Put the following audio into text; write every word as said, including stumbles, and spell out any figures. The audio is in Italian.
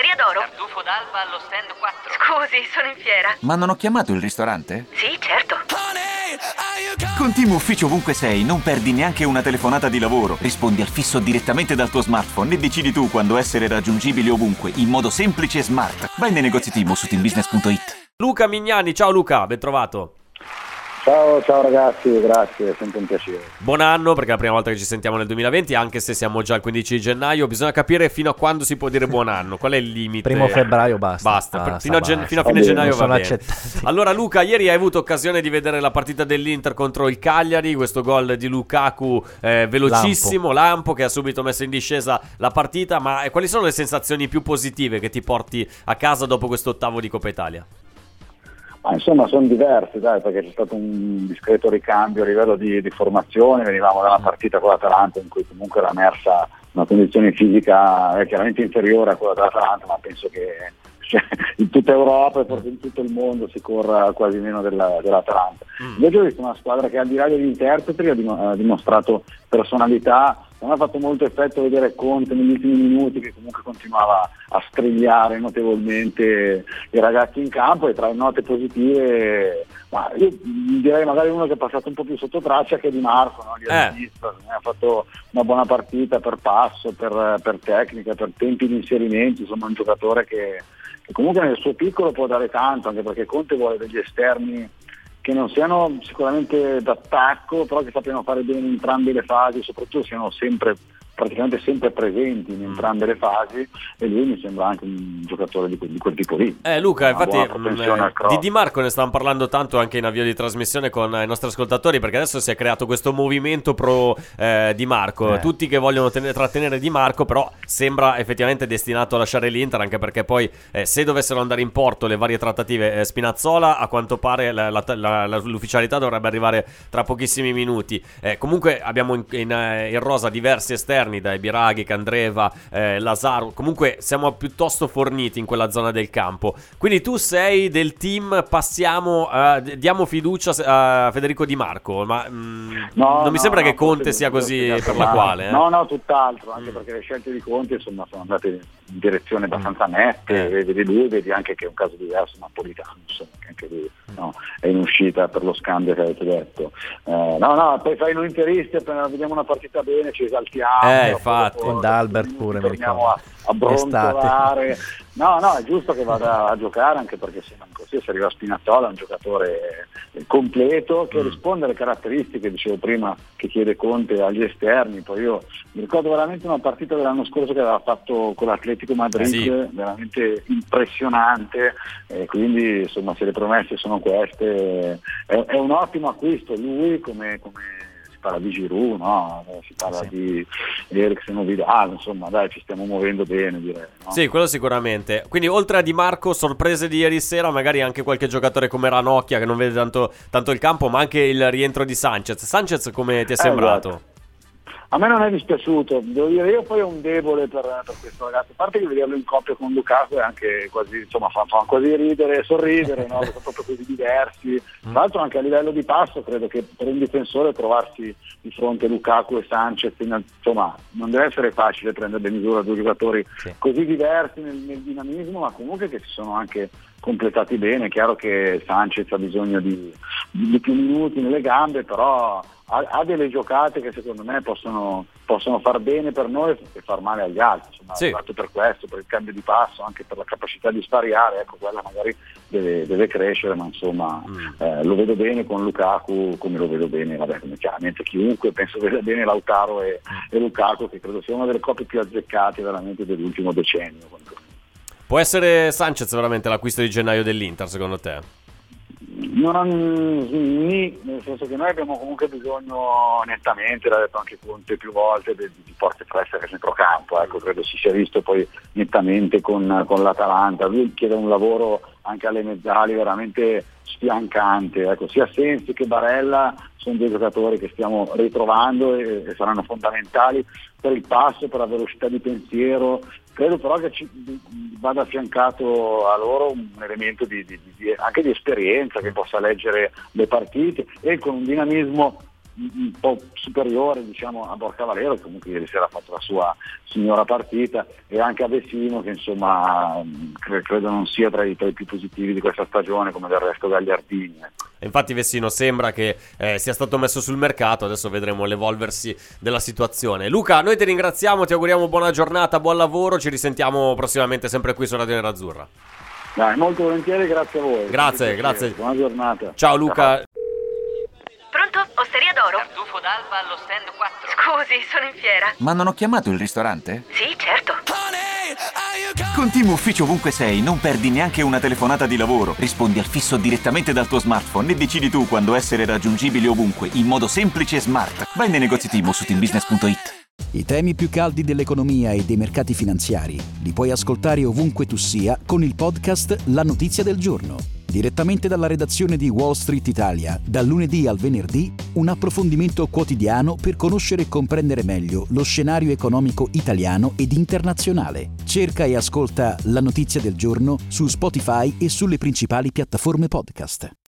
Briadoro. Tartufo d'alba allo stand quattro. Scusi, sono in fiera. Ma non ho chiamato il ristorante? Sì, certo. Con Team Ufficio ovunque sei, non perdi neanche una telefonata di lavoro. Rispondi al fisso direttamente dal tuo smartphone e decidi tu quando essere raggiungibile ovunque, in modo semplice e smart. Vai nei negozi Team o su team business punto it. Luca Mignani, ciao Luca, ben trovato. Ciao, ciao ragazzi, grazie, è sempre un piacere. Buon anno, perché è la prima volta che ci sentiamo nel duemilaventi, anche se siamo già al quindici di gennaio. Bisogna capire fino a quando si può dire buon anno. Qual è il limite? Primo febbraio basta. Basta, basta fino, a gen- basta. fino a fine Vabbè, gennaio va bene. Accettati. Allora Luca, ieri hai avuto occasione di vedere la partita dell'Inter contro il Cagliari, questo gol di Lukaku eh, velocissimo, lampo. lampo, che ha subito messo in discesa la partita. Ma eh, quali sono le sensazioni più positive che ti porti a casa dopo questo ottavo di Coppa Italia? Ma insomma sono diversi, dai, perché c'è stato un discreto ricambio a livello di, di formazione. Venivamo da una partita con l'Atalanta in cui comunque era emersa una condizione fisica eh, chiaramente inferiore a quella dell'Atalanta, ma penso che cioè, in tutta Europa e forse in tutto il mondo si corra quasi meno della, dell'Atalanta. Invece ho visto una squadra che al di là degli interpreti ha dimostrato personalità. Non ha fatto molto effetto vedere Conte negli ultimi minuti, che comunque continuava a strigliare notevolmente i ragazzi in campo, e tra le note positive, ma io direi magari uno che è passato un po' più sotto traccia, che è Di Marco, no? Eh. Ha fatto una buona partita per passo, per, per tecnica, per tempi di inserimento, insomma un giocatore che, che comunque nel suo piccolo può dare tanto, anche perché Conte vuole degli esterni che non siano sicuramente d'attacco, però che sappiano fare bene in entrambe le fasi, soprattutto siano sempre praticamente sempre presenti in entrambe le fasi, e lui mi sembra anche un giocatore di quel, di quel tipo lì. Eh Luca, Una infatti mh, di Di Marco ne stavamo parlando tanto anche in avvio di trasmissione con i nostri ascoltatori, perché adesso si è creato questo movimento pro eh, Di Marco, eh. tutti che vogliono tenere, trattenere Di Marco, però sembra effettivamente destinato a lasciare l'Inter, anche perché poi eh, se dovessero andare in porto le varie trattative eh, Spinazzola, a quanto pare la, la, la, la, l'ufficialità dovrebbe arrivare tra pochissimi minuti. Eh, comunque abbiamo in, in, in rosa diversi esterni, dai Biraghi, Candreva, eh, Lazaro. Comunque siamo piuttosto forniti in quella zona del campo. Quindi tu sei del team passiamo, uh, diamo fiducia a Federico Di Marco, ma mh, no, non no, mi sembra no, che Conte Conte sia così per la no, quale eh? no no tutt'altro, anche mm. perché le scelte di Conte insomma sono andate in direzione abbastanza nette. eh. Vedi lui, vedi anche che è un caso diverso, Napolitano insomma, che anche lui no, è in uscita per lo scambio che avete detto. Eh, no no poi fai noi interisti, appena vediamo una partita bene ci esaltiamo, eh infatti con D'Albert pure mi torniamo a, a brontolare. No, no, è giusto che vada a giocare, anche perché se non così, se arriva Spinazzola è un giocatore completo che mm. risponde alle caratteristiche, dicevo prima, che chiede Conte agli esterni. Poi io mi ricordo veramente una partita dell'anno scorso che aveva fatto con l'Atletico Madrid, sì. veramente impressionante, e quindi insomma se le promesse sono queste è, è un ottimo acquisto lui, come, come si parla di Giroud, no? Si parla sì. di Eriksen o Vidal, insomma dai, ci stiamo muovendo bene, direi, no? Sì, quello sicuramente. Quindi oltre a Di Marco, sorprese di ieri sera, magari anche qualche giocatore come Ranocchia che non vede tanto, tanto il campo, ma anche il rientro di Sanchez. Sanchez come ti è sembrato? Eh, A me non è dispiaciuto, devo dire, io poi ho un debole per, per questo ragazzo, a parte che vederlo in coppia con Lukaku è anche quasi, insomma, fa, fa quasi ridere, sorridere, no? Sono proprio così diversi. Tra l'altro anche a livello di passo credo che per un difensore trovarsi di fronte a Lukaku e Sanchez, insomma, non deve essere facile prendere in misura due giocatori sì. così diversi nel, nel dinamismo, ma comunque che si sono anche completati bene. È chiaro che Sanchez ha bisogno di, di più minuti nelle gambe, però ha, ha delle giocate che secondo me possono, possono far bene per noi e far male agli altri, insomma, sì. Fatto per questo, per il cambio di passo, anche per la capacità di spariare, ecco, quella magari deve, deve crescere, ma insomma mm. eh, lo vedo bene con Lukaku, come lo vedo bene, vabbè, come chiaramente chiunque, penso veda bene Lautaro e, e Lukaku, che credo sia una delle coppie più azzeccate veramente dell'ultimo decennio. Può essere Sanchez veramente l'acquisto di gennaio dell'Inter, secondo te? Non ha, nì, nel senso che noi abbiamo comunque bisogno nettamente, l'ha detto anche Conte più volte, di, di forze fresche a centrocampo, ecco, credo si sia visto poi nettamente con, con l'Atalanta. Lui chiede un lavoro anche alle mezzali veramente sfiancante, ecco, sia Sensi che Barella sono due giocatori che stiamo ritrovando e, e saranno fondamentali per il passo, per la velocità di pensiero. Credo però che ci vada affiancato a loro un elemento di, di, di, anche di esperienza, che possa leggere le partite, e con un dinamismo un po' superiore, diciamo, a Borca Valero, che comunque ieri sera ha fatto la sua signora partita, e anche a Vecino, che insomma cre- credo non sia tra i, tra i più positivi di questa stagione, come del resto Gagliardini. Infatti Vecino sembra che eh, sia stato messo sul mercato, adesso vedremo l'evolversi della situazione. Luca, noi ti ringraziamo, ti auguriamo buona giornata, buon lavoro, ci risentiamo prossimamente sempre qui su Radio Nerazzurra. Dai, molto volentieri, grazie a voi. Grazie, grazie. Buona giornata. Ciao Luca. Ciao. Pronto? Osteria d'Oro? Tartufo d'Alba allo stand quattro. Scusi, sono in fiera. Ma non ho chiamato il ristorante? Sì, certo. Con Team Ufficio ovunque sei non perdi neanche una telefonata di lavoro. Rispondi al fisso direttamente dal tuo smartphone e decidi tu quando essere raggiungibile ovunque, in modo semplice e smart. Vai nei negozi Team su team business punto it. I temi più caldi dell'economia e dei mercati finanziari li puoi ascoltare ovunque tu sia con il podcast La Notizia del Giorno. Direttamente dalla redazione di Wall Street Italia, dal lunedì al venerdì, un approfondimento quotidiano per conoscere e comprendere meglio lo scenario economico italiano ed internazionale. Cerca e ascolta La Notizia del Giorno su Spotify e sulle principali piattaforme podcast.